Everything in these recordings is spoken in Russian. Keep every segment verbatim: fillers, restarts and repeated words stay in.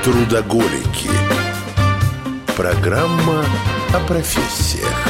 Трудоголики. Программа о профессиях.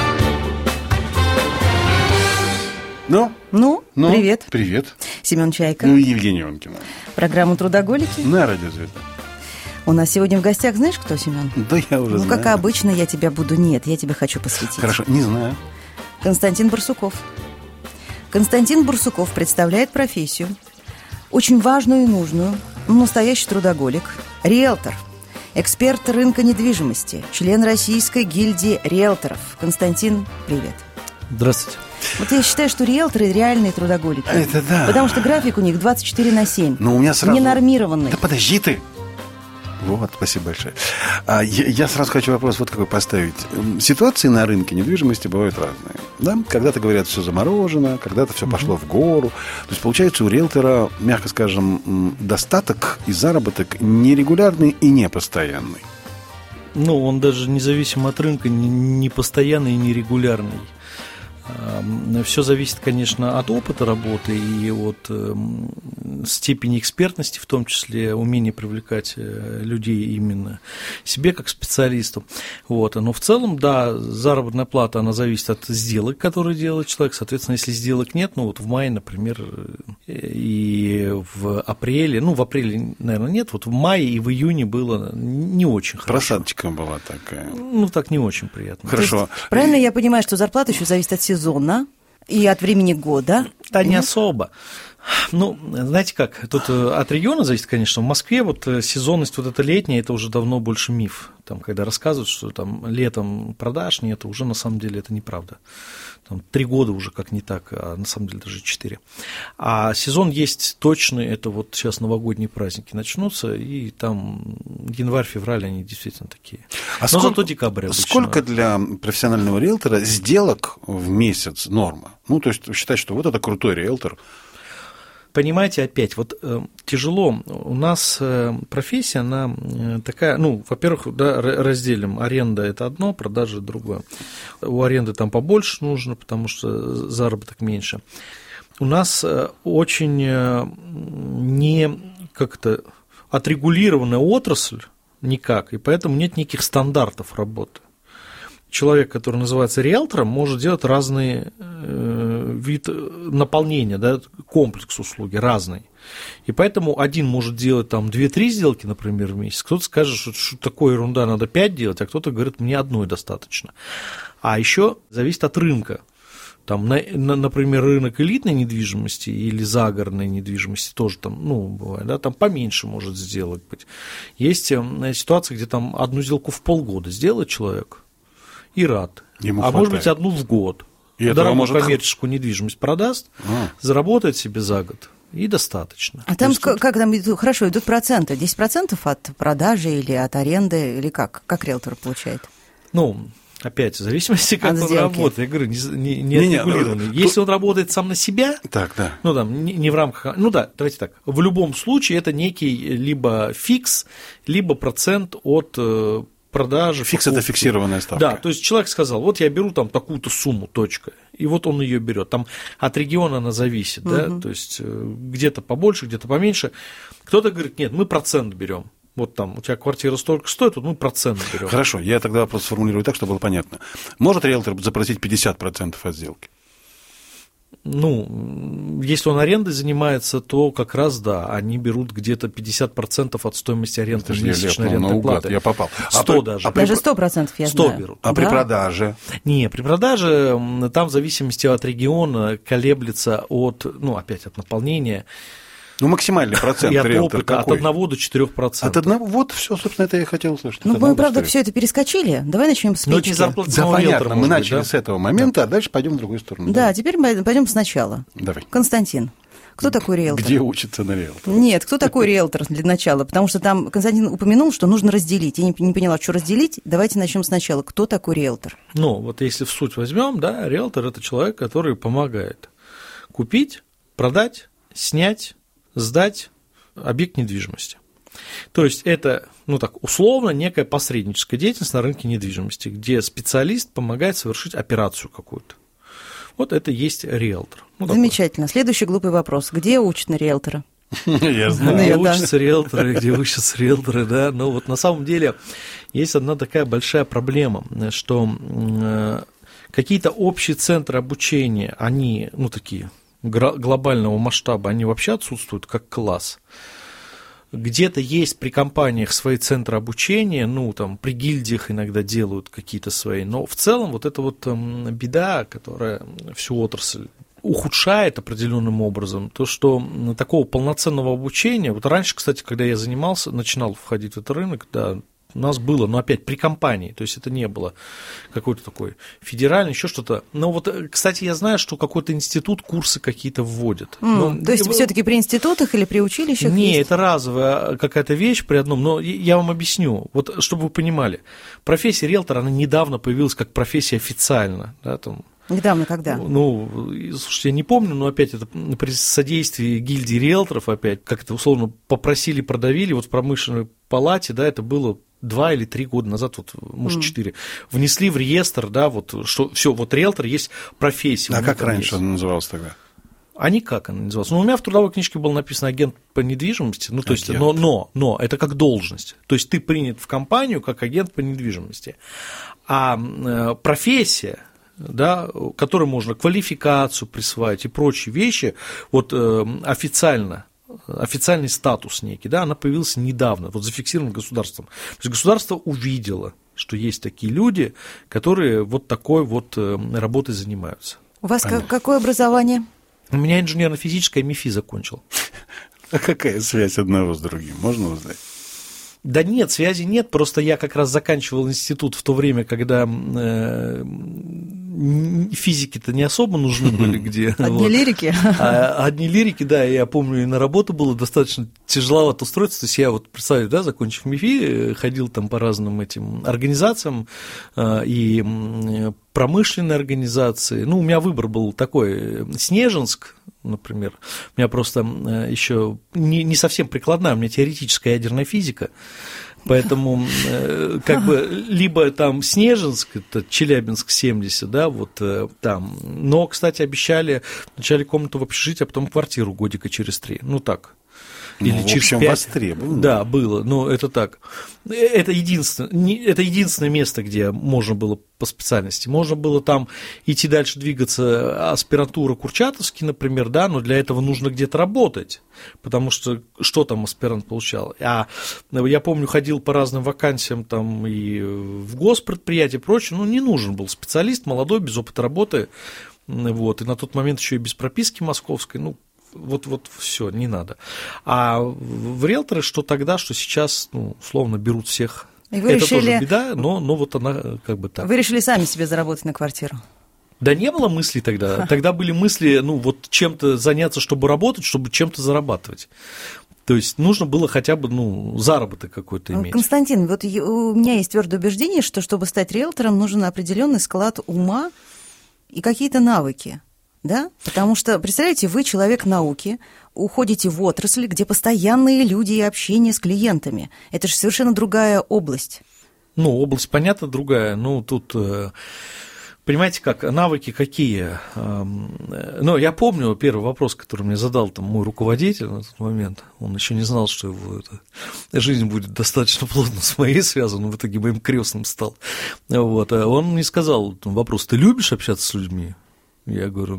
Ну, ну, ну, привет. Привет. Семен Чайка. Ну, Евгения Ионкина. Программа «Трудоголики». На радио «Звезда». У нас сегодня в гостях, знаешь, кто, Семен? Да я уже ну, знаю. Ну, как обычно, я тебя буду... Нет, я тебя хочу посвятить. Хорошо, не знаю. Константин Барсуков. Константин Барсуков представляет профессию, очень важную и нужную, настоящий трудоголик, риэлтор, эксперт рынка недвижимости, член Российской гильдии риэлторов. Константин, привет. Здравствуйте. Вот я считаю, что риэлторы реальные трудоголики. Это да. Потому что график у них двадцать четыре на семь. Но у меня сразу... Ненормированный. Да подожди ты. Вот, спасибо большое. А, я, я сразу хочу вопрос вот какой поставить. Ситуации на рынке недвижимости бывают разные. Да? Когда-то говорят, все заморожено, когда-то все пошло в гору. То есть, получается, у риэлтора, мягко скажем, достаток и заработок нерегулярный и непостоянный. Ну, он даже независимо от рынка, не постоянный и нерегулярный. Все зависит, конечно, от опыта работы и от э, степени экспертности, в том числе умения привлекать людей именно себе как специалисту. Вот. Но в целом, да, заработная плата, она зависит от сделок, которые делает человек. Соответственно, если сделок нет, ну вот в мае, например, и в апреле, ну в апреле, наверное, нет, вот в мае и в июне было не очень хорошо. Просадочка была такая. Ну так не очень приятно. Хорошо. Правильно я понимаю, что зарплата еще зависит от сезона? Сезонно и от времени года? Да, не особо. Ну, знаете как, тут от региона зависит, конечно. В Москве вот сезонность вот эта летняя, это уже давно больше миф. Там, когда рассказывают, что там летом продаж нет, уже на самом деле это неправда. Там три года уже как не так, а на самом деле даже четыре. А сезон есть точный, это вот сейчас новогодние праздники начнутся, и там январь-февраль, они действительно такие. А Но сколько, зато декабрь обычно. Сколько для профессионального риэлтора сделок в месяц норма? Ну, то есть считать, что вот это крутой риэлтор. Понимаете, опять, вот э, тяжело, у нас э, профессия, она э, такая, ну, во-первых, да, разделим, аренда – это одно, продажа – другое. У аренды там побольше нужно, потому что заработок меньше. У нас э, очень э, не как-то отрегулированная отрасль никак, и поэтому нет никаких стандартов работы. Человек, который называется риэлтором, может делать разные э, вид наполнения, да, комплекс услуги разный. И поэтому один может делать там две-три сделки, например, в месяц. Кто-то скажет, что, что такое ерунда, надо пять делать, а кто-то говорит, мне одной достаточно. А еще зависит от рынка. Там, на, на, например, рынок элитной недвижимости или загородной недвижимости тоже там, ну, бывает, да, там поменьше может сделать быть. Есть ситуации, где там одну сделку в полгода сделает человек и рад. Ему а хватает. Может быть, одну в год. И дорогую может... коммерческую недвижимость продаст, а. заработает себе за год. И достаточно. А там есть, как, как там идут, хорошо, идут проценты? десять процентов от продажи или от аренды, или как? Как риэлтор получает? Ну, опять, в зависимости, как от он сделки. работает. Я говорю, не, не, не, не отрегулированный. Не, Если он работает сам на себя, так, да. ну, там, не, не в рамках... Ну, да, давайте так. В любом случае, это некий либо фикс, либо процент от... продажи. Фикс покупки. – это фиксированная ставка. Да, то есть человек сказал, вот я беру там такую-то сумму, точка, и вот он ее берет. Там от региона она зависит, угу. да, то есть где-то побольше, где-то поменьше. Кто-то говорит, нет, мы процент берем. Вот там у тебя квартира столько стоит, вот мы процент берем. Хорошо, я тогда вопрос сформулирую так, чтобы было понятно. Может риэлтор запросить пятьдесят процентов от сделки? Ну, если он арендой занимается, то как раз да, они берут где-то пятьдесят процентов от стоимости аренды, месячной арендной платы. Я попал. сто а даже. А даже сто процентов я сто знаю. берут. А да? при продаже? Не, при продаже там в зависимости от региона колеблется от, ну, опять от наполнения. Ну, максимальный процент риэлтор какой? От одного до четырёх процентов. От одного, вот, все, собственно, это я хотел услышать. Ну, мы, правда, все это перескочили. Давай начнем с печки. Да, понятно, мы начали быть, да? с этого момента, да. а дальше пойдем в другую сторону. Да, да. Теперь мы пойдем сначала. Давай. Константин, кто такой риэлтор? Где учится на риэлтор? Нет, кто такой риэлтор для начала? Потому что там Константин упомянул, что нужно разделить. Я не, не поняла, что разделить. Давайте начнем сначала. Кто такой риэлтор? Ну, вот если в суть возьмем, да, риэлтор – это человек, который помогает купить, продать, снять, сдать объект недвижимости. То есть это, ну так, условно, некая посредническая деятельность на рынке недвижимости, где специалист помогает совершить операцию какую-то. Вот это и есть риэлтор. Ну, замечательно. Такой. Следующий глупый вопрос. Где учат на риэлтора? Я знаю. Где Ну, я, учатся риэлторы, где учатся риэлторы, да. Но вот на самом деле есть одна такая большая проблема, что э, какие-то общие центры обучения, они, ну, такие глобального масштаба, они вообще отсутствуют как класс. Где-то есть при компаниях свои центры обучения, ну, там, при гильдиях иногда делают какие-то свои, но в целом вот это вот э, беда, которая всю отрасль ухудшает определенным образом, то, что такого полноценного обучения, вот раньше, кстати, когда я занимался, начинал входить в этот рынок, да, у нас было, но опять при компании, то есть это не было какой-то такой федеральный, еще что-то. Но вот, кстати, я знаю, что какой-то институт курсы какие-то вводит. Mm, но, то есть его... все-таки при институтах или при училищах? Не, есть? это разовая какая-то вещь при одном, но я вам объясню. Вот, чтобы вы понимали, профессия риэлтора, она недавно появилась как профессия официально, да, там. Недавно когда? Ну, слушайте, я не помню, но опять это при содействии гильдии риэлторов, опять, как это условно попросили, продавили, вот в промышленной палате, да, это было два или три года назад, вот, может, четыре, mm. внесли в реестр, да, вот, что все, вот риэлтор есть профессия. А как раньше она называлась тогда? А никак она называлась. Ну, у меня в трудовой книжке было написано агент по недвижимости, ну, то есть, но, но, но, это как должность. То есть, ты принят в компанию как агент по недвижимости. А э, профессия, да, которой можно квалификацию присваивать и прочие вещи, вот э, официально, официальный статус некий, да, она появилась недавно, вот зафиксирован государством. То есть государство увидело, что есть такие люди, которые вот такой вот э, работой занимаются. У вас как, какое образование? У меня инженерно-физическое, МИФИ закончил. А какая связь одного с другим, можно узнать? Да нет, связи нет, просто я как раз заканчивал институт в то время, когда э, физики-то не особо нужны были, где... Одни вот. лирики? А, одни лирики, да, я помню, и на работу было достаточно тяжеловато устроиться, то есть я вот, представляю, да, закончив МИФИ, ходил там по разным этим организациям, э, и промышленные организации, ну, у меня выбор был такой, Снежинск, например, у меня просто еще не, не совсем прикладная, у меня теоретическая ядерная физика, поэтому как бы либо там Снежинск, это Челябинск семьдесят, да, вот там, но, кстати, обещали вначале комнату в общежитии, а потом квартиру годика через три, ну так. Или ну, в через общем, пять. востребовано. Да, было, но это так. Это единственное, это единственное место, где можно было по специальности. Можно было там идти дальше двигаться, аспирантура Курчатовский, например, да, но для этого нужно где-то работать, потому что что там аспирант получал? А я помню, ходил по разным вакансиям там и в госпредприятии и прочее, ну, не нужен был специалист, молодой, без опыта работы, вот, и на тот момент еще и без прописки московской, ну, Вот, вот все, не надо. А в риэлторы, что тогда, что сейчас, ну, условно, берут всех. И вы это решили... тоже беда, но, но вот она как бы так. Вы решили сами себе заработать на квартиру? Да не было мыслей тогда. Тогда были мысли, ну, вот чем-то заняться, чтобы работать, чтобы чем-то зарабатывать. То есть нужно было хотя бы, ну, заработок какой-то иметь. Константин, вот у меня есть твердое убеждение, что чтобы стать риэлтором, нужен определенный склад ума и какие-то навыки. Да? Потому что, представляете, вы человек науки, уходите в отрасль, где постоянные люди и общение с клиентами. Это же совершенно другая область. Ну, область, понятно, другая. Ну, тут, понимаете, как, навыки какие? Ну, я помню первый вопрос, который мне задал там мой руководитель на тот момент. Он еще не знал, что его это, жизнь будет достаточно плотно с моей связана, в итоге моим крестным стал. Вот. Он мне сказал вопрос: ты любишь общаться с людьми? Я говорю,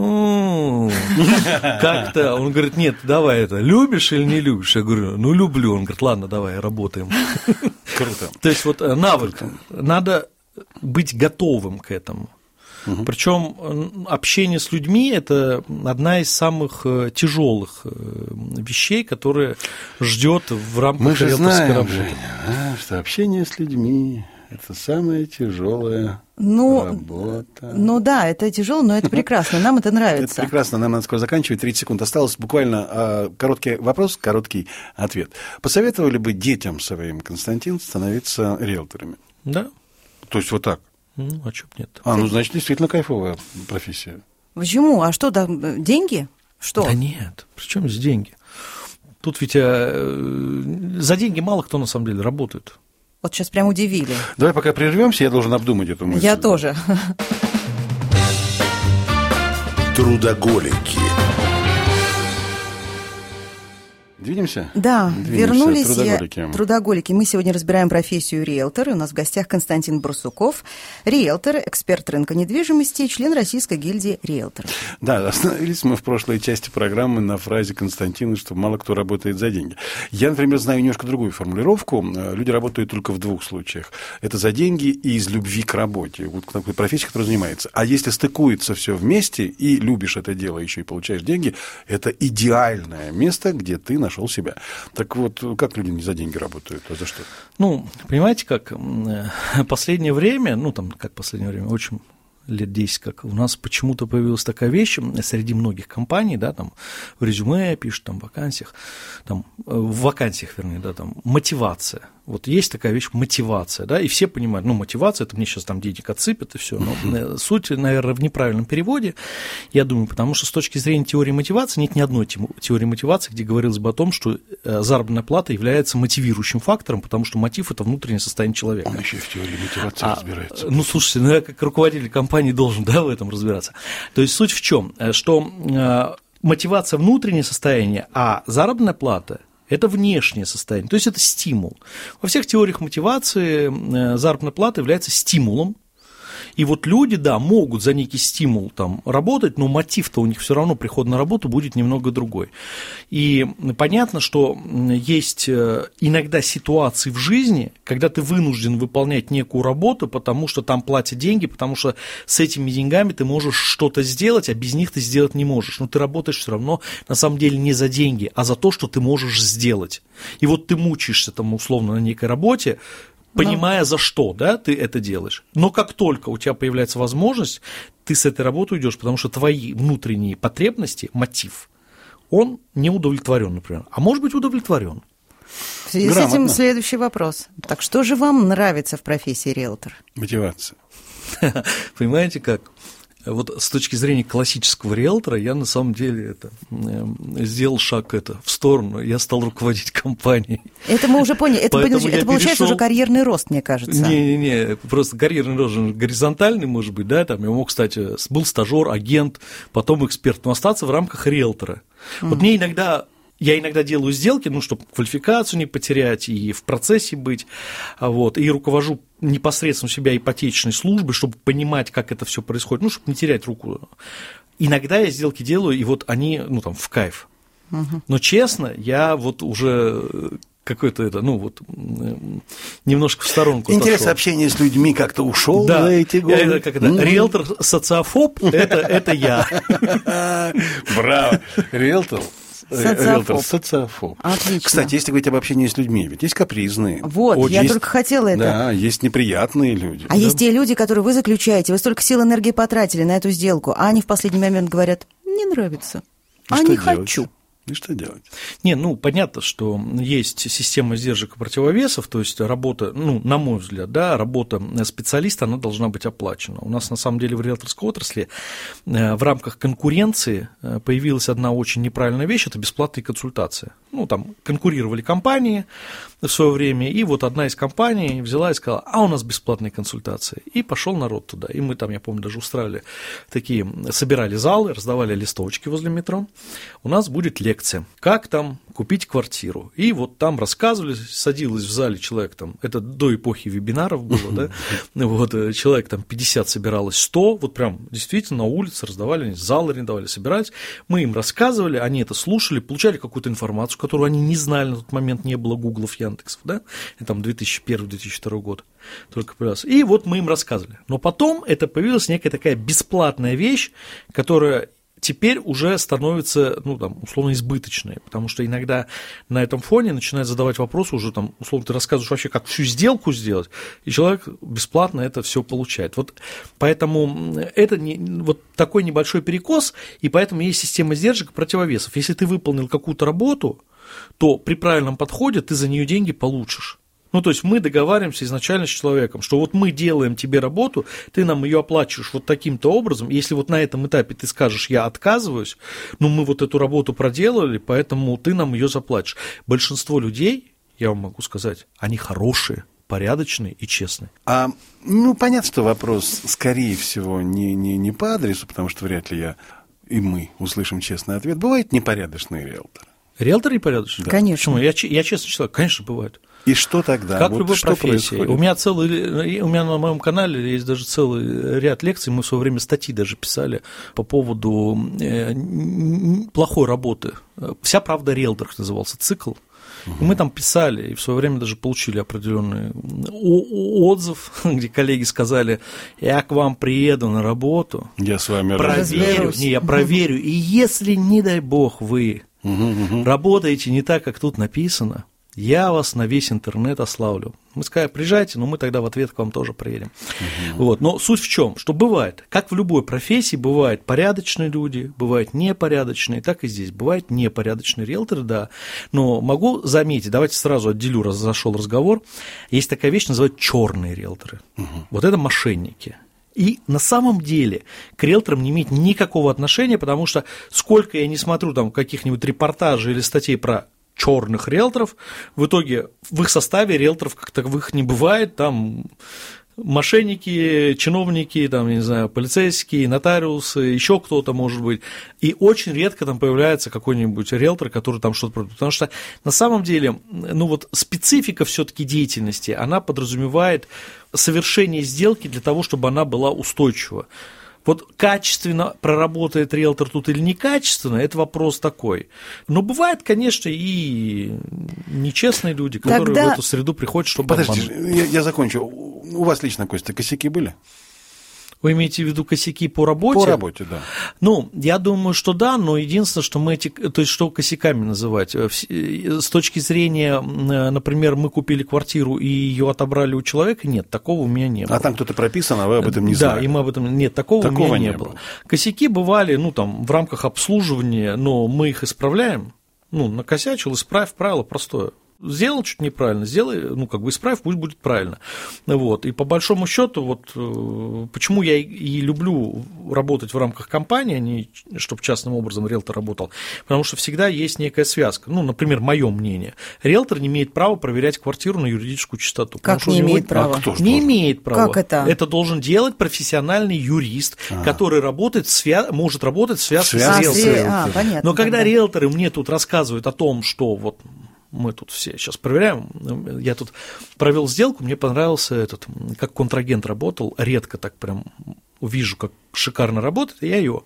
ну, как-то. Он говорит, нет, давай это, любишь или не любишь? Я говорю, ну, люблю. Он говорит, ладно, давай, работаем. Круто. То есть вот навык, надо быть готовым к этому. Угу. Причем общение с людьми – это одна из самых тяжелых вещей, которые ждет в рамках риэлторской работы. Женя, что общение с людьми – это самая тяжелая ну, работа. Ну да, это тяжело, но это прекрасно, нам это нравится. Это прекрасно, нам надо скоро заканчивать, тридцать секунд осталось. Буквально короткий вопрос, короткий ответ. Посоветовали бы детям своим, Константин, становиться риэлторами? Да. То есть вот так? Ну, а чё б нет? А, ну, значит, действительно кайфовая профессия. Почему? А что, да, деньги? Что? Да нет, при чем здесь деньги? Тут ведь а, за деньги мало кто на самом деле работает. Вот сейчас прям удивили. Давай пока прервемся, я должен обдумать эту мысль. Я тоже. Трудоголики. Двинемся? Да, Двинемся. вернулись. Трудоголики. Я... Трудоголики. Мы сегодня разбираем профессию риэлтор. У нас в гостях Константин Барсуков, риэлтор, эксперт рынка недвижимости и член Российской гильдии риэлторов. Да, остановились мы в прошлой части программы на фразе Константина, что мало кто работает за деньги. Я, например, знаю немножко другую формулировку. Люди работают только в двух случаях. Это за деньги и из любви к работе. Вот такой профессия, которая занимается. А если стыкуется все вместе и любишь это дело, еще и получаешь деньги, это идеальное место, где ты нашел себя. Так вот, как люди не за деньги работают, а за что? Ну, понимаете, как последнее время, ну, там, как последнее время, очень лет десять, как у нас почему-то появилась такая вещь среди многих компаний, да, там, в резюме пишут, там, в вакансиях, там, в вакансиях, вернее, да, там, мотивация. Вот есть такая вещь мотивация, да, и все понимают, ну, мотивация, это мне сейчас там денег отсыпят и все. Но суть, наверное, в неправильном переводе, я думаю, потому что с точки зрения теории мотивации нет ни одной теории мотивации, где говорилось бы о том, что заработная плата является мотивирующим фактором, потому что мотив – это внутреннее состояние человека. Он еще и в теории мотивации а, разбирается. Ну, слушайте, ну, я как руководитель компании должен, да, в этом разбираться. То есть суть в чем, что мотивация – внутреннее состояние, а заработная плата – это внешнее состояние, то есть это стимул. Во всех теориях мотивации заработная плата является стимулом. И вот люди, да, могут за некий стимул там работать, но мотив-то у них все равно приход на работу будет немного другой. И понятно, что есть иногда ситуации в жизни, когда ты вынужден выполнять некую работу, потому что там платят деньги, потому что с этими деньгами ты можешь что-то сделать, а без них ты сделать не можешь. Но ты работаешь все равно на самом деле не за деньги, а за то, что ты можешь сделать. И вот ты мучаешься там условно на некой работе, понимая, за что, да, ты это делаешь. Но как только у тебя появляется возможность, ты с этой работы уйдешь, потому что твои внутренние потребности, мотив, он не удовлетворен, например. А может быть удовлетворен. В связи с этим следующий вопрос. Так что же вам нравится в профессии риэлтор? Мотивация. Понимаете как? Вот с точки зрения классического риэлтора я на самом деле это, сделал шаг это, в сторону, я стал руководить компанией. Это мы уже поняли, это, это получается перешел... уже карьерный рост, мне кажется. Не-не-не, просто карьерный рост горизонтальный, может быть, да, там я мог, кстати, был стажер, агент, потом эксперт, но остаться в рамках риэлтора. Mm. Вот мне иногда... Я иногда делаю сделки, ну, чтобы квалификацию не потерять и в процессе быть, вот, и руковожу непосредственно у себя ипотечной службой, чтобы понимать, как это все происходит, ну, чтобы не терять руку. Иногда я сделки делаю, и вот они, ну, там, в кайф. Угу. Но, честно, я вот уже какой-то это, ну, вот, немножко в сторонку интерес отошел. Общения с людьми как-то ушел да, за эти годы. Это, как это, риэлтор-социофоб, это, это я. Браво! Риэлтор. Социофоб. Социофоб. Отлично. Кстати, если говорить об общении с людьми, ведь есть капризные. Вот, вот я есть, только хотела это. Да, есть неприятные люди. А да? Есть те люди, которые вы заключаете, вы столько сил и энергии потратили на эту сделку, а они в последний момент говорят, не нравится, и а не делать? хочу. И что делать? Не, ну, понятно, что есть система сдержек и противовесов, то есть работа, ну, на мой взгляд, да, работа специалиста, она должна быть оплачена. У нас, на самом деле, в риэлторской отрасли в рамках конкуренции появилась одна очень неправильная вещь – это бесплатные консультации. Ну, там конкурировали компании в свое время, и вот одна из компаний взяла и сказала, а у нас бесплатные консультации, и пошел народ туда. И мы там, я помню, даже устраивали такие, собирали залы, раздавали листовочки возле метро. У нас будет лекция. Как там купить квартиру. И вот там рассказывали, садилось в зале человек, там, это до эпохи вебинаров было, да, вот, человек там пятьдесят собиралось, сто, вот прям действительно на улице раздавали, залы арендовали, собирались, мы им рассказывали, они это слушали, получали какую-то информацию, которую они не знали, на тот момент не было гуглов, яндексов, да, и там две тысячи первый - две тысячи второй год только появился, и вот мы им рассказывали. Но потом это появилась некая такая бесплатная вещь, которая теперь уже становится, ну, там, условно, избыточной, потому что иногда на этом фоне начинают задавать вопросы уже, там, условно, ты рассказываешь вообще, как всю сделку сделать, и человек бесплатно это все получает. Вот поэтому это не, вот такой небольшой перекос, и поэтому есть система сдержек и противовесов. Если ты выполнил какую-то работу, то при правильном подходе ты за нее деньги получишь. Ну, то есть мы договариваемся изначально с человеком, что вот мы делаем тебе работу, ты нам ее оплачиваешь вот таким-то образом, если вот на этом этапе ты скажешь, я отказываюсь, ну, мы вот эту работу проделали, поэтому ты нам ее заплатишь. Большинство людей, я вам могу сказать, они хорошие, порядочные и честные. А, ну, понятно, что вопрос, скорее всего, не, не, не по адресу, потому что вряд ли я и мы услышим честный ответ. Бывают непорядочные риэлторы. Риэлторы непорядочные? Да. Конечно. Почему? Я, я честно человек, конечно, бывает. И что тогда? Как вот в любой что профессии. Происходит? У меня целый, у меня на моем канале есть даже целый ряд лекций, мы в свое время статьи даже писали по поводу плохой работы. «Вся правда риэлторов» назывался цикл. И мы там писали, и в свое время даже получили определенный отзыв, где коллеги сказали: я к вам приеду на работу, я с вами проверю, не, я проверю, и если, не дай бог, вы угу, угу. работаете не так, как тут написано, я вас на весь интернет ославлю. Мы сказали: приезжайте, но мы тогда в ответ к вам тоже приедем. Угу. Вот. Но суть в чем? Что бывает, как в любой профессии, бывают порядочные люди, бывают непорядочные, так и здесь. Бывают непорядочные риэлторы, да. Но могу заметить, давайте сразу отделю, раз зашел разговор, есть такая вещь, называют черные риэлторы. Угу. Вот это мошенники. И на самом деле к риэлторам не имеет никакого отношения, потому что сколько я не смотрю там каких-нибудь репортажей или статей про черных риэлторов, в итоге в их составе риэлторов как таковых не бывает, там мошенники, чиновники, там, не знаю, полицейские, нотариусы, еще кто-то может быть, и очень редко там появляется какой-нибудь риэлтор, который там что-то продает, потому что на самом деле, ну вот специфика все-таки деятельности, она подразумевает совершение сделки для того, чтобы она была устойчива. Вот качественно проработает риэлтор тут или некачественно, это вопрос такой. Но бывает, конечно, и нечестные люди, которые Тогда... в эту среду приходят, чтобы Подождите, я, я закончу. У вас лично, Костя, косяки были? Вы имеете в виду косяки по работе? По работе, да. Ну, я думаю, что да, но единственное, что мы эти, то есть что косяками называть, с точки зрения, например, мы купили квартиру и ее отобрали у человека, нет, такого у меня не было. А там кто-то прописан, а вы об этом не да, знаете? Да, и мы об этом, нет, такого, такого у меня не, не было. было. Косяки бывали, ну, там, в рамках обслуживания, но мы их исправляем, ну, накосячил, исправь, правило простое. Сделал что-то неправильно, сделай, ну, как бы исправь, пусть будет правильно. Вот. И по большому счету, вот почему я и люблю работать в рамках компании, а не чтобы частным образом риэлтор работал, потому что всегда есть некая связка. Ну, например, мое мнение. Риэлтор не имеет права проверять квартиру на юридическую чистоту. Как не имеет него... права? А кто не должен? имеет права. Как это? Это должен делать профессиональный юрист, а. который работает, свя... может работать в связке с риэлтором. А, понятно, Но когда тогда. риэлторы мне тут рассказывают о том, что вот мы тут все сейчас проверяем. Я тут провел сделку, мне понравился этот, как контрагент работал, редко так прям вижу, как шикарно работает, и я ее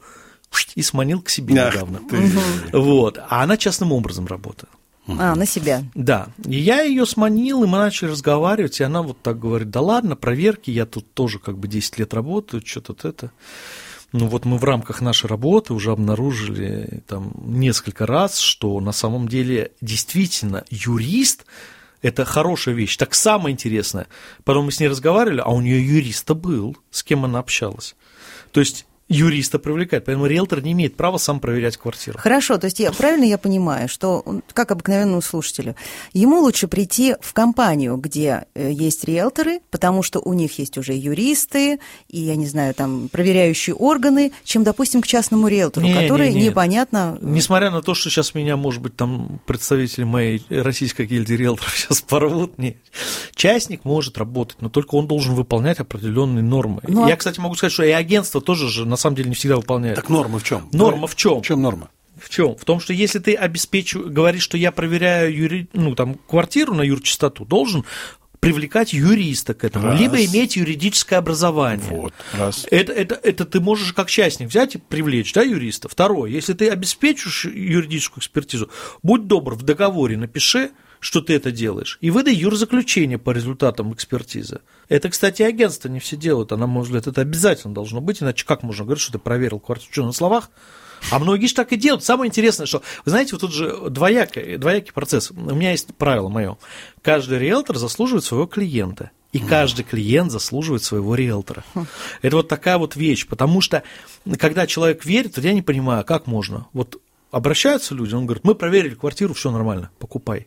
и сманил к себе Ах, недавно. Ты. Вот. А она частным образом работает. А, на себя. Да. И я ее сманил, и мы начали разговаривать, и она вот так говорит: да ладно, проверки, я тут тоже как бы десять лет работаю, что-то это. Ну вот мы в рамках нашей работы уже обнаружили там несколько раз, что на самом деле действительно юрист – это хорошая вещь. Так самое интересное, потом мы с ней разговаривали, а у нее юриста был, с кем она общалась. То есть юриста привлекает, поэтому риэлтор не имеет права сам проверять квартиру. Хорошо, то есть я, правильно я понимаю, что, как обыкновенному слушателю, ему лучше прийти в компанию, где есть риэлторы, потому что у них есть уже юристы и, я не знаю, там, проверяющие органы, чем, допустим, к частному риэлтору, не, который не, не. непонятно... Несмотря на то, что сейчас меня, может быть, там представители моей российской гильдии риэлторов сейчас порвут, нет. Частник может работать, но только он должен выполнять определенные нормы. Ну, я, кстати, могу сказать, что и агентство тоже же на самом деле не всегда выполняет. Так норма в чем? Норма в чем? В чем норма? В чем? В том, что если ты обеспечиваешь, говоришь, что я проверяю юри... ну, там, квартиру на юрчистоту, должен привлекать юриста к этому, раз. Либо иметь юридическое образование. Вот, раз. Это, это, это ты можешь как частник взять и привлечь, да, юриста. Второе, если ты обеспечиваешь юридическую экспертизу, будь добр, в договоре напиши, что ты это делаешь, и выдай юрзаключение по результатам экспертизы. Это, кстати, агентство не все делают, а, на мой взгляд, это обязательно должно быть, иначе как можно говорить, что ты проверил квартиру? Что, на словах? А многие же так и делают. Самое интересное, что, вы знаете, вот тут же двоякий, двоякий процесс. У меня есть правило мое. Каждый риэлтор заслуживает своего клиента, и каждый клиент заслуживает своего риэлтора. Это вот такая вот вещь, потому что, когда человек верит, то я не понимаю, как можно. Вот обращаются люди, он говорит: мы проверили квартиру, все нормально, покупай.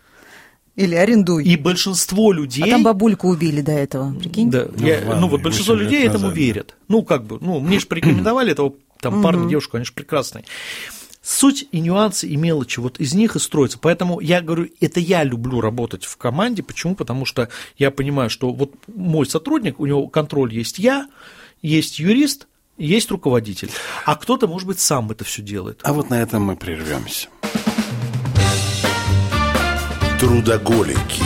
Или арендуй. И большинство людей... А там бабульку убили до этого, прикинь? Да, ну, я, ладно, ну вот большинство людей этому назад, верят. Да. Ну, как бы, ну, мне же порекомендовали этого там парня, девушку, они же прекрасные. Суть и нюансы и мелочи, вот из них и строятся. Поэтому я говорю, это я люблю работать в команде. Почему? Потому что я понимаю, что вот мой сотрудник, у него контроль есть я, есть юрист, есть руководитель. А кто-то, может быть, сам это все делает. А вот на этом мы прервемся. Трудоголики.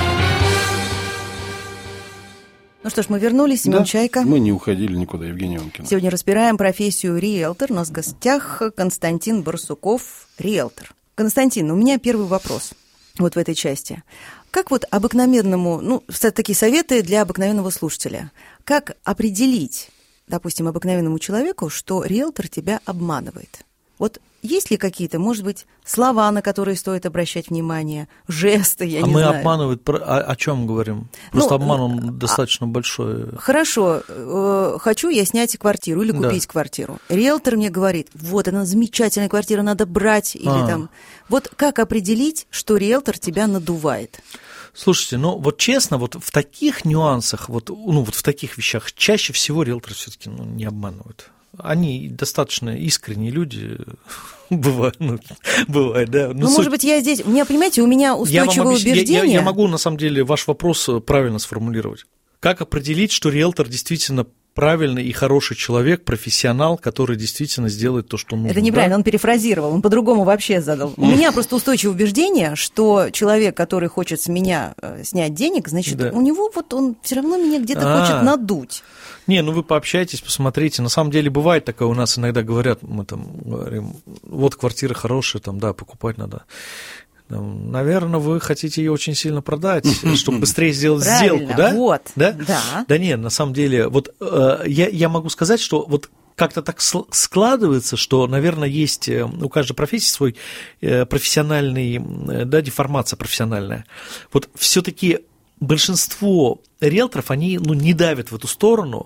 Ну что ж, мы вернулись. Семен Да, Чайка. Мы не уходили никуда, Евгения Онкина. Сегодня разбираем профессию риэлтор. У нас в гостях Константин Барсуков, риэлтор. Константин, у меня первый вопрос вот в этой части. Как вот обыкновенному, ну, такие советы для обыкновенного слушателя. Как определить, допустим, обыкновенному человеку, что риэлтор тебя обманывает? Вот есть ли какие-то, может быть, слова, на которые стоит обращать внимание, жесты, я а не мы знаю. обманывают, о, о чем говорим? Просто Ну, обман, он а, достаточно большой. Хорошо, э, хочу я снять квартиру или купить Да. квартиру. Риэлтор мне говорит, вот она замечательная квартира, надо брать. Или А. там. Вот как определить, что риэлтор тебя надувает? Слушайте, ну вот честно, вот в таких нюансах, вот, ну вот в таких вещах чаще всего риэлторы все-таки ну, не обманывают. Они достаточно искренние люди, бывает, ну, бывает, да. Ну, может быть, я здесь, у меня, понимаете, у меня устойчивое убеждение. Я, я, я могу, на самом деле, ваш вопрос правильно сформулировать. Как определить, что риэлтор действительно правильный и хороший человек, профессионал, который действительно сделает то, что нужно? Это неправильно, да? он перефразировал, он по-другому вообще задал. У меня просто устойчивое убеждение, что человек, который хочет с меня э, снять денег, значит, Да. у него вот он все равно меня где-то А. хочет надуть. Не, ну вы пообщайтесь, посмотрите. На самом деле бывает такое, у нас иногда говорят, мы там говорим, вот квартира хорошая, там, да, покупать надо. Наверное, вы хотите ее очень сильно продать, чтобы быстрее сделать Правильно, сделку, да? вот, да? да. Да нет, на самом деле, вот э, я, я могу сказать, что вот как-то так складывается, что, наверное, есть у каждой профессии свой профессиональный, да, деформация профессиональная. Вот все-таки большинство риэлторов, они ну, не давят в эту сторону.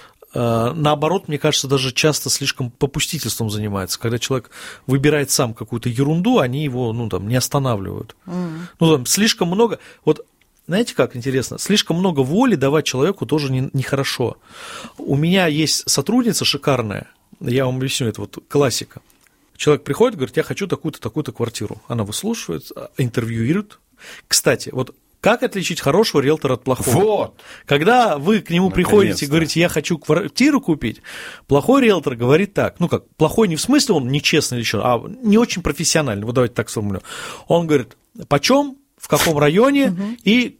Наоборот, мне кажется, даже часто слишком попустительством занимаются. Когда человек выбирает сам какую-то ерунду, они его ну, там, не останавливают. Mm. Ну, там, слишком много... Вот знаете, как интересно? Слишком много воли давать человеку тоже нехорошо. Не У меня есть сотрудница шикарная, я вам объясню, это вот классика. Человек приходит, говорит, я хочу такую-то, такую-то квартиру. Она выслушивает, интервьюирует. Кстати, вот как отличить хорошего риэлтора от плохого? Вот. Когда вы к нему приходите и говорите, я хочу квартиру купить, плохой риэлтор говорит так, ну как, плохой не в смысле он нечестный или что, а не очень профессиональный, вот давайте так сформулируем. Он говорит, почем, в каком районе и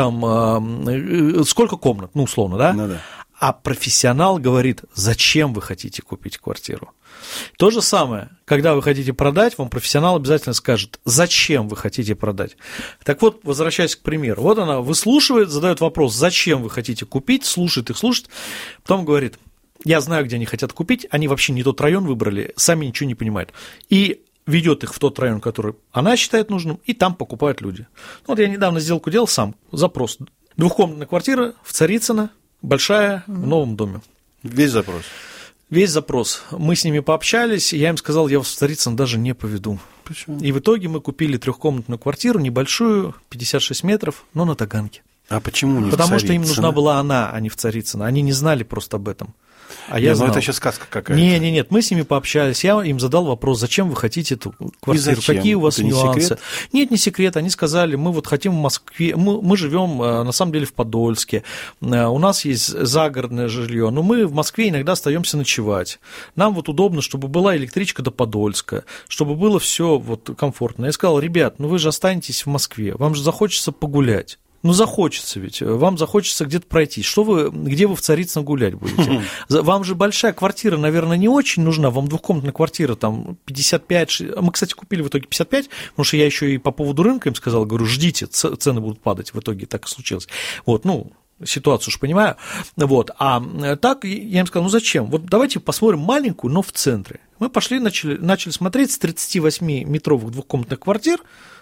там сколько комнат, ну условно, да? Ну, да. А профессионал говорит, зачем вы хотите купить квартиру? То же самое, когда вы хотите продать, вам профессионал обязательно скажет, зачем вы хотите продать. Так вот, возвращаясь к примеру, вот она выслушивает, задает вопрос, зачем вы хотите купить, слушает их, слушает, потом говорит, я знаю, где они хотят купить, они вообще не тот район выбрали, сами ничего не понимают. И ведет их в тот район, который она считает нужным, и там покупают люди. Вот я недавно сделку делал сам, запрос, двухкомнатная квартира в Царицыно, большая, в новом доме. Весь запрос. Весь запрос. Мы с ними пообщались, и я им сказал, я вас в Царицыно даже не поведу. Почему? И в итоге мы купили трехкомнатную квартиру, небольшую, пятьдесят шесть метров, но на Таганке. А почему не Потому в что им Царицыно? нужна была она, а не в Царицыно. Они не знали просто об этом. А я Нет, знал. ну это еще сказка какая-то. Не, не, нет, мы с ними пообщались, я им задал вопрос, зачем вы хотите эту квартиру, зачем? какие у вас Это не нюансы. секрет? Нет, не секрет, они сказали, мы вот хотим в Москве, мы, мы живем на самом деле в Подольске, у нас есть загородное жилье, но мы в Москве иногда остаемся ночевать. Нам вот удобно, чтобы была электричка до Подольска, чтобы было все вот комфортно. Я сказал, ребят, ну вы же останетесь в Москве, вам же захочется погулять. Ну, захочется ведь, вам захочется где-то пройтись. Что вы, где вы в Царицыно гулять будете? Вам же большая квартира, наверное, не очень нужна, вам двухкомнатная квартира, там, пятьдесят пять, мы, кстати, купили в итоге пятьдесят пять, потому что я еще и по поводу рынка им сказал, говорю, ждите, цены будут падать, в итоге так и случилось. Вот, ну, ситуацию уж понимаю, вот, а так я им сказал, ну, зачем? Вот давайте посмотрим маленькую, но в центре. Мы пошли, начали, начали смотреть с тридцативосьмиметровых двухкомнатных квартир,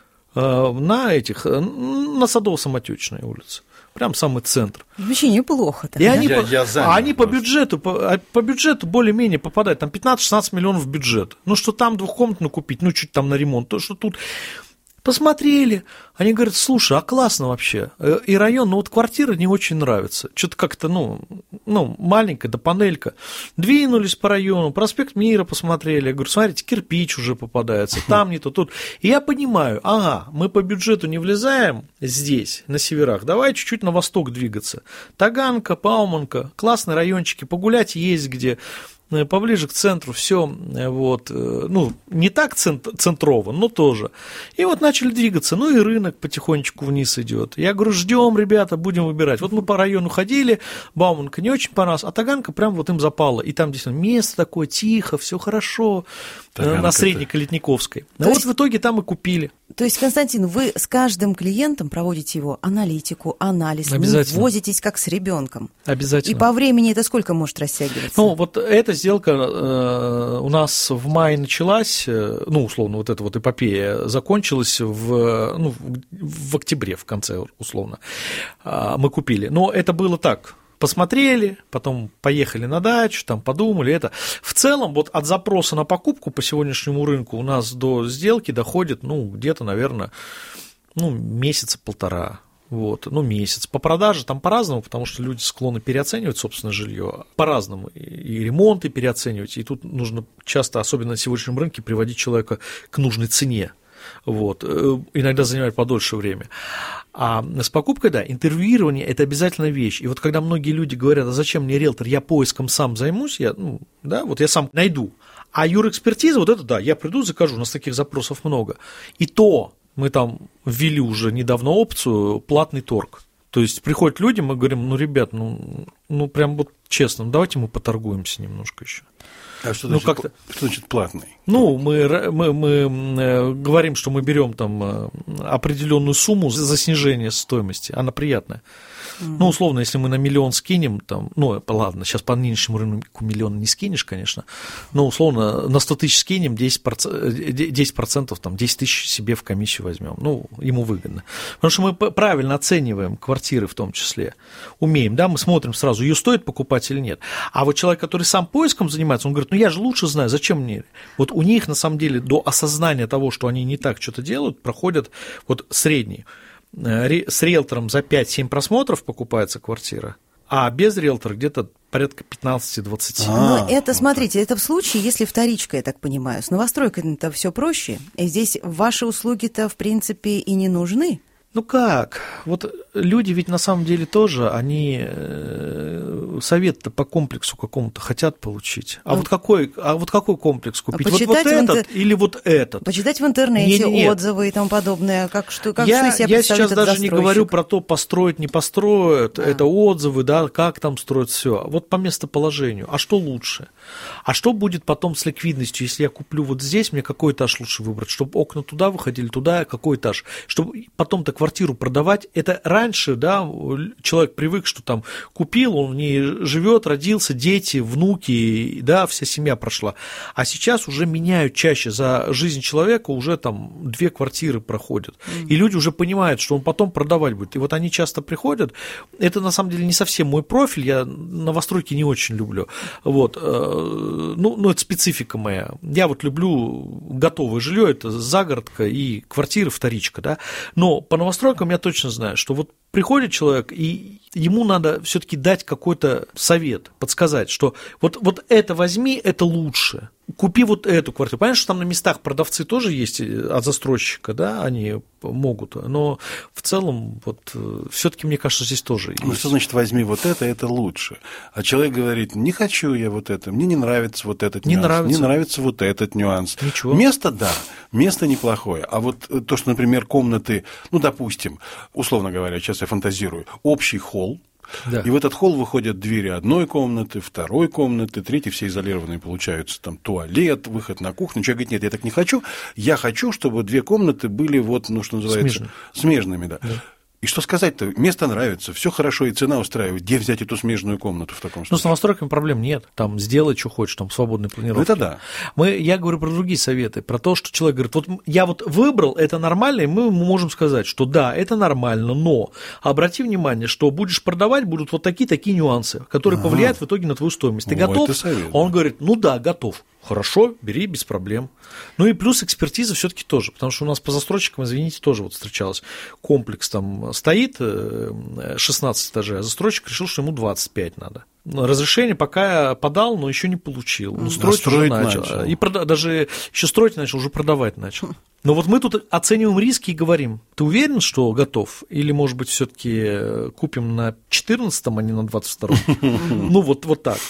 на этих, на Садово-Самотечной улице. Прям самый центр. Вообще неплохо. И они, я, по, я занял, а они по просто. бюджету, по, по бюджету более-менее попадают. Там пятнадцать-шестнадцать миллионов в бюджет. Ну, что там двухкомнатную купить, ну, чуть там на ремонт, то, что тут... Посмотрели, они говорят, слушай, а классно вообще, и район, ну вот квартира не очень нравится, что-то как-то, ну, ну, маленькая, да панелька, двинулись по району, проспект Мира посмотрели, я говорю, смотрите, кирпич уже попадается, там не то, тут, и я понимаю, ага, мы по бюджету не влезаем здесь, на северах, давай чуть-чуть на восток двигаться, Таганка, Бауманка, классные райончики, погулять есть где. поближе к центру, все, вот, ну, не так центрово, но тоже. И вот начали двигаться, ну и рынок потихонечку вниз идет. Я говорю, ждем, ребята, будем выбирать. Вот мы по району ходили, Бауманка не очень понравилась, а Таганка прям вот им запала. И там действительно место такое, тихо, все хорошо, Таганка на Средней Калитниковской. Ну вот в итоге там и купили. То есть, Константин, вы с каждым клиентом проводите его аналитику, анализ, не возитесь как с ребенком. Обязательно. И по времени это сколько может растягиваться? Ну, вот эта сделка э, у нас в мае началась, э, ну, условно, вот эта вот эпопея закончилась в, ну, в октябре, в конце, условно, э, мы купили. Но это было так. Посмотрели, потом поехали на дачу, там подумали это. В целом, вот от запроса на покупку по сегодняшнему рынку у нас до сделки доходит, ну, где-то, наверное, ну, месяца полтора. Вот, ну, месяц. По продаже там по-разному, потому что люди склонны переоценивать собственное жилье по-разному. И ремонты переоценивать. И тут нужно часто, особенно на сегодняшнем рынке, приводить человека к нужной цене. Вот, иногда занимает подольше время. А с покупкой, да, интервьюирование – это обязательная вещь. И вот когда многие люди говорят, а зачем мне риэлтор, я поиском сам займусь, я, ну, да, вот я сам найду. А юрэкспертиза, вот это да, я приду, закажу, у нас таких запросов много. И то мы там ввели уже недавно опцию платный торг. То есть приходят люди, мы говорим, ну, ребят, ну, ну прям вот честно, давайте мы поторгуемся немножко еще. А что, ну, значит, как-то... что значит платный? Ну, мы, мы, мы говорим, что мы берем там определенную сумму за снижение стоимости, она приятная. Mm-hmm. Ну, условно, если мы на миллион скинем, там, ну, ладно, сейчас по нынешнему рынку миллион не скинешь, конечно, но, условно, на сто тысяч скинем, десять процентов, там, десять тысяч себе в комиссию возьмем, ну, ему выгодно. Потому что мы правильно оцениваем квартиры в том числе, умеем, да, мы смотрим сразу, ее стоит покупать или нет. А вот человек, который сам поиском занимается, он говорит, ну, я же лучше знаю, зачем мне? Вот у них, на самом деле, до осознания того, что они не так что-то делают, проходят вот средний. С риэлтором за пять-семь просмотров покупается квартира, а без риэлтора где-то порядка пятнадцать-двадцать. Но это, смотрите, это в случае, если вторичка, я так понимаю. С новостройками-то все проще. И здесь ваши услуги-то, в принципе, и не нужны. Ну как? Вот люди ведь на самом деле тоже, они совет-то по комплексу какому-то хотят получить. А, ну, вот, какой, а вот какой комплекс купить? Вот, вот этот интер... или вот этот? Почитать в интернете нет, нет. отзывы и тому подобное. Как, что, как я, что из себя я сейчас даже не говорю про то, построить, не построят. А. Это отзывы, да, как там строят все. Вот по местоположению. А что лучше? А что будет потом с ликвидностью, если я куплю вот здесь, мне какой этаж лучше выбрать? Чтобы окна туда выходили, туда, какой этаж? Чтобы потом-то квартиру продавать. Это раньше, да, человек привык, что там купил, он в ней живет, родился, дети, внуки, да, вся семья прошла. А сейчас уже меняют чаще за жизнь человека, уже там две квартиры проходят. Mm-hmm. И люди уже понимают, что он потом продавать будет. И вот они часто приходят. Это на самом деле не совсем мой профиль, я новостройки не очень люблю. Вот. Ну, ну, это специфика моя. Я вот люблю готовое жилье, это загородка и квартира вторичка, да. Но по новостройкам я точно знаю, что вот приходит человек, и ему надо все-таки дать какой-то совет, подсказать, что вот, вот это возьми, это лучше. Купи вот эту квартиру. Понятно, что там на местах продавцы тоже есть от застройщика, да, они могут, но в целом вот все-таки, мне кажется, здесь тоже есть. Ну, что значит возьми вот это, это лучше? А человек говорит, не хочу я вот это, мне не нравится вот этот не нюанс, нравится. не нравится вот этот нюанс. Ничего. Место, да, место неплохое. А вот то, что, например, комнаты, ну, допустим, условно говоря, сейчас я фантазирую, общий холл, да. И в этот холл выходят двери одной комнаты, второй комнаты, третьей, все изолированные получаются, там туалет, выход на кухню. Человек говорит, нет, я так не хочу, я хочу, чтобы две комнаты были вот, ну, что называется, смежными, смежными, да. да. И что сказать-то? Место нравится, все хорошо, и цена устраивает. Где взять эту смежную комнату в таком случае? Ну, с новостройками проблем нет. Там сделай, что хочешь, там свободной планировки. Это да. Мы, я говорю про другие советы, про то, что человек говорит, вот я вот выбрал, это нормально, и мы можем сказать, что да, это нормально, но обрати внимание, что будешь продавать, будут вот такие-такие нюансы, которые А-а-а. повлияют в итоге на твою стоимость. Ты О, готов? Совет, Он да. говорит, ну да, готов. Хорошо, бери, без проблем. Ну и плюс экспертиза все-таки тоже, потому что у нас по застройщикам, извините, тоже вот встречалось. Комплекс там стоит шестнадцать этажей, а застройщик решил, что ему двадцать пять надо. Разрешение пока подал, но еще не получил. Ну, строить, а строить уже начал. начал. И прода- даже еще строить начал, уже продавать начал. Но вот мы тут оцениваем риски и говорим, ты уверен, что готов? Или, может быть, все-таки купим на четырнадцатом, а не на двадцать втором? Ну, вот, вот так.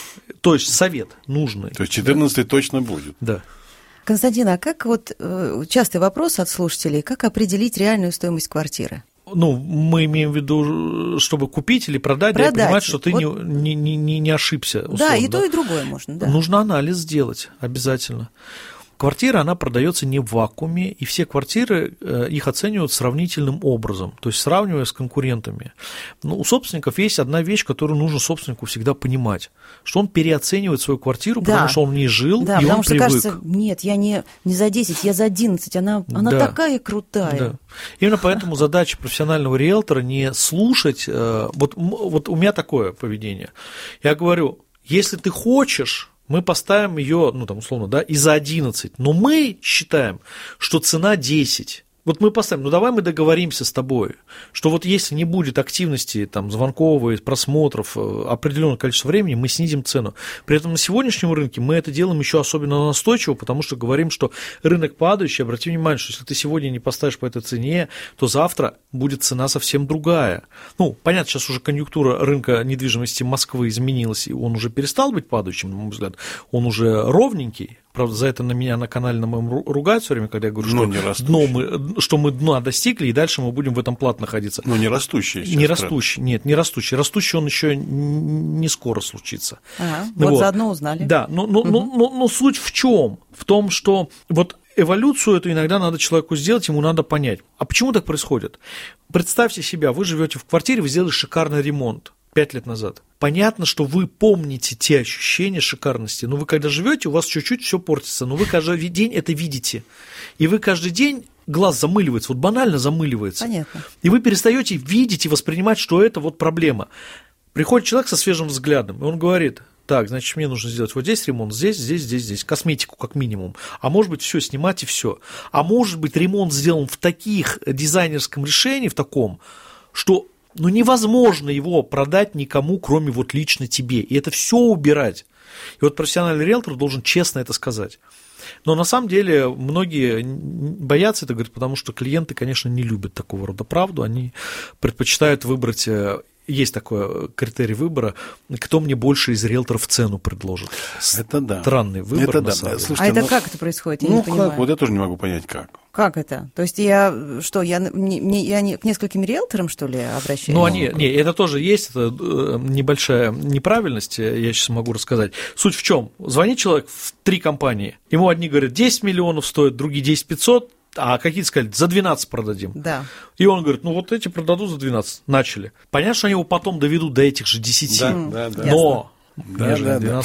То есть совет нужный. То есть четырнадцатый точно будет. Да. Константин, а как вот э, частый вопрос от слушателей, как определить реальную стоимость квартиры? Ну, мы имеем в виду, чтобы купить или продать, продать. Да, и понимать, что ты вот... не, не, не, не ошибся. Условно, да, и да? то, и другое можно. Да. Нужно анализ сделать обязательно. Квартира, она продается не в вакууме, и все квартиры, их оценивают сравнительным образом, то есть сравнивая с конкурентами. Но у собственников есть одна вещь, которую нужно собственнику всегда понимать, что он переоценивает свою квартиру, да. потому что он в ней жил, да, и он потому что привык. Кажется, нет, я не, не за десять, я за одиннадцать, она, она да. такая крутая. Да. Именно поэтому задача профессионального риэлтора не слушать, вот, вот у меня такое поведение, я говорю, если ты хочешь, мы поставим ее, ну, там, условно, да, и за одиннадцать, но мы считаем, что цена десять. Вот мы поставим, ну, давай мы договоримся с тобой, что вот если не будет активности, там, звонков и просмотров определенное количество времени, мы снизим цену. При этом на сегодняшнем рынке мы это делаем еще особенно настойчиво, потому что говорим, что рынок падающий, обрати внимание, что если ты сегодня не поставишь по этой цене, то завтра будет цена совсем другая. Ну, понятно, сейчас уже конъюнктура рынка недвижимости Москвы изменилась, и он уже перестал быть падающим, на мой взгляд, он уже ровненький. Правда, за это на меня на канале на моем ругают все время, когда я говорю, что, дно мы, что мы дна достигли, и дальше мы будем в этом плат находиться. Но не растущий. Не растущий, нет, не растущий. Растущий он еще не скоро случится. Ага, вот, вот заодно узнали. Да, но, но, угу. но, но, но суть в чем? В том, что вот эволюцию эту иногда надо человеку сделать, ему надо понять. А почему так происходит? Представьте себя, вы живете в квартире, вы сделали шикарный ремонт пять лет назад. Понятно, что вы помните те ощущения шикарности, но вы когда живете, у вас чуть-чуть все портится, но вы каждый день это видите. И вы каждый день глаз замыливается, вот банально замыливается. Понятно. И вы перестаете видеть и воспринимать, что это вот проблема. Приходит человек со свежим взглядом, и он говорит: так, значит, мне нужно сделать вот здесь ремонт, здесь, здесь, здесь, здесь, косметику как минимум. А может быть, все снимать и все. А может быть, ремонт сделан в таких дизайнерском решении, в таком, что ну, невозможно его продать никому, кроме вот лично тебе. И это все убирать. И вот профессиональный риэлтор должен честно это сказать. Но на самом деле многие боятся это говорить, потому что клиенты, конечно, не любят такого рода правду. Они предпочитают выбрать... Есть такой критерий выбора, кто мне больше из риэлторов цену предложит. Это да. Странный выбор. Это да. Слушайте, а это ну, как это происходит? Я ну, не как? понимаю. Вот я тоже не могу понять, как. Как это? То есть я что, я, не, я не, к нескольким риэлторам, что ли, обращаюсь? Ну, они, не, это тоже есть, это небольшая неправильность, я сейчас могу рассказать. Суть в чем? Звонит человек в три компании, ему одни говорят десять миллионов стоит, другие десять пятьсот, а какие-то сказали, за двенадцать продадим. Да. И он говорит, ну вот эти продадут за двенадцать. Начали. Понятно, что они его потом доведут до этих же десяти. Да, да, да. Но... Да, да, да.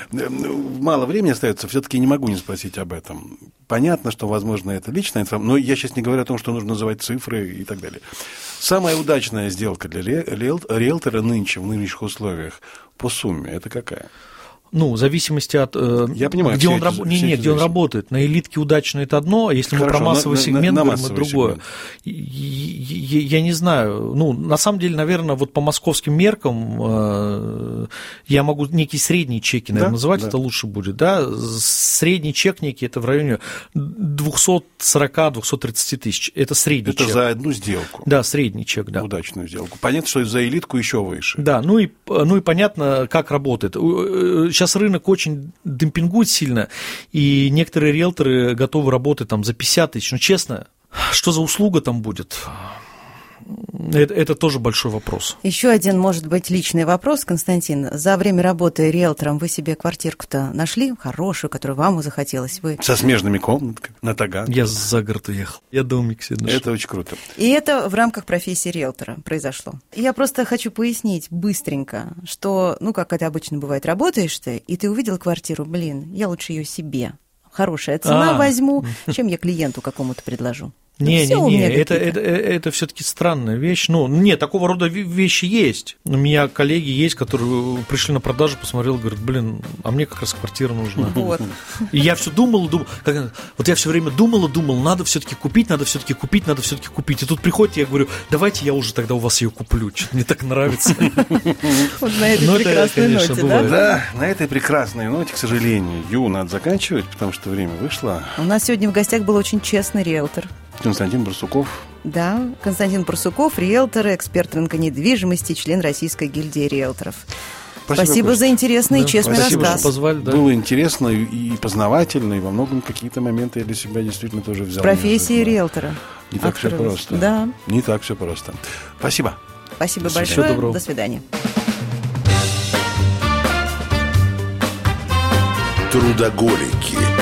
Мало времени остается, все-таки не могу не спросить об этом. Понятно, что, возможно, это личная информация, но я сейчас не говорю о том, что нужно называть цифры и так далее. Самая удачная сделка для риэлтора нынче, в нынешних условиях, по сумме, это какая? Ну, в зависимости от... Я понимаю, где он, эти, раб... не, не, где он работает. На элитке удачно это одно, а если Хорошо, мы про массовый на, сегмент на, на говорим, это другое. Я, я не знаю. Ну, на самом деле, наверное, вот по московским меркам э, я могу некие средние чеки, наверное, да? называть, да. это лучше будет. Да? Средний чек некий, это в районе двести сорок - двести тридцать тысяч. Это средний это чек. Это за одну сделку? Да, средний чек, да. Удачную сделку. Понятно, что за элитку еще выше. Да, ну и, ну и понятно, как работает. Сейчас рынок очень демпингует сильно, и некоторые риэлторы готовы работать там за пятьдесят тысяч. Но честно, что за услуга там будет? Это, это тоже большой вопрос. Еще один, может быть, личный вопрос, Константин. За время работы риэлтором вы себе квартирку-то нашли хорошую, которую вам захотелось? Вы... Со смежными комнатками, на Таганке. Я за город уехал. Я домик себе нашел. Это очень круто. И это в рамках профессии риэлтора произошло. Я просто хочу пояснить быстренько, что, ну, как это обычно бывает, работаешь ты, и ты увидел квартиру, блин, я лучше ее себе. Хорошая цена А-а-а. возьму, чем я клиенту какому-то предложу. Не, не, не, это, это, это все-таки странная вещь. Ну, нет, такого рода вещи есть. У меня коллеги есть, которые пришли на продажу, посмотрел, говорят, блин, а мне как раз квартира нужна. Вот. И я все думал, думал, как, вот я все время думал, думал, надо все-таки купить, надо все-таки купить, надо все-таки купить. И тут приходит, я говорю, давайте я уже тогда у вас ее куплю, что-то мне так нравится. Вот на этой прекрасной ноте, да? Да, на этой прекрасной ноте, к сожалению, Ю, надо заканчивать, потому что время вышло. У нас сегодня в гостях был очень честный риэлтор. Константин Барсуков. Да, Константин Барсуков, риэлтор, эксперт рынка недвижимости, член Российской гильдии риэлторов. Спасибо, Спасибо за интересный да, и честный спасибо, рассказ. Что позвали, да. Было интересно и познавательно, и во многом какие-то моменты я для себя действительно тоже взял. Профессия риэлтора. Не так все просто. Да. Не так все просто. Спасибо. Спасибо До большое. Доброго. До свидания. Трудоголики.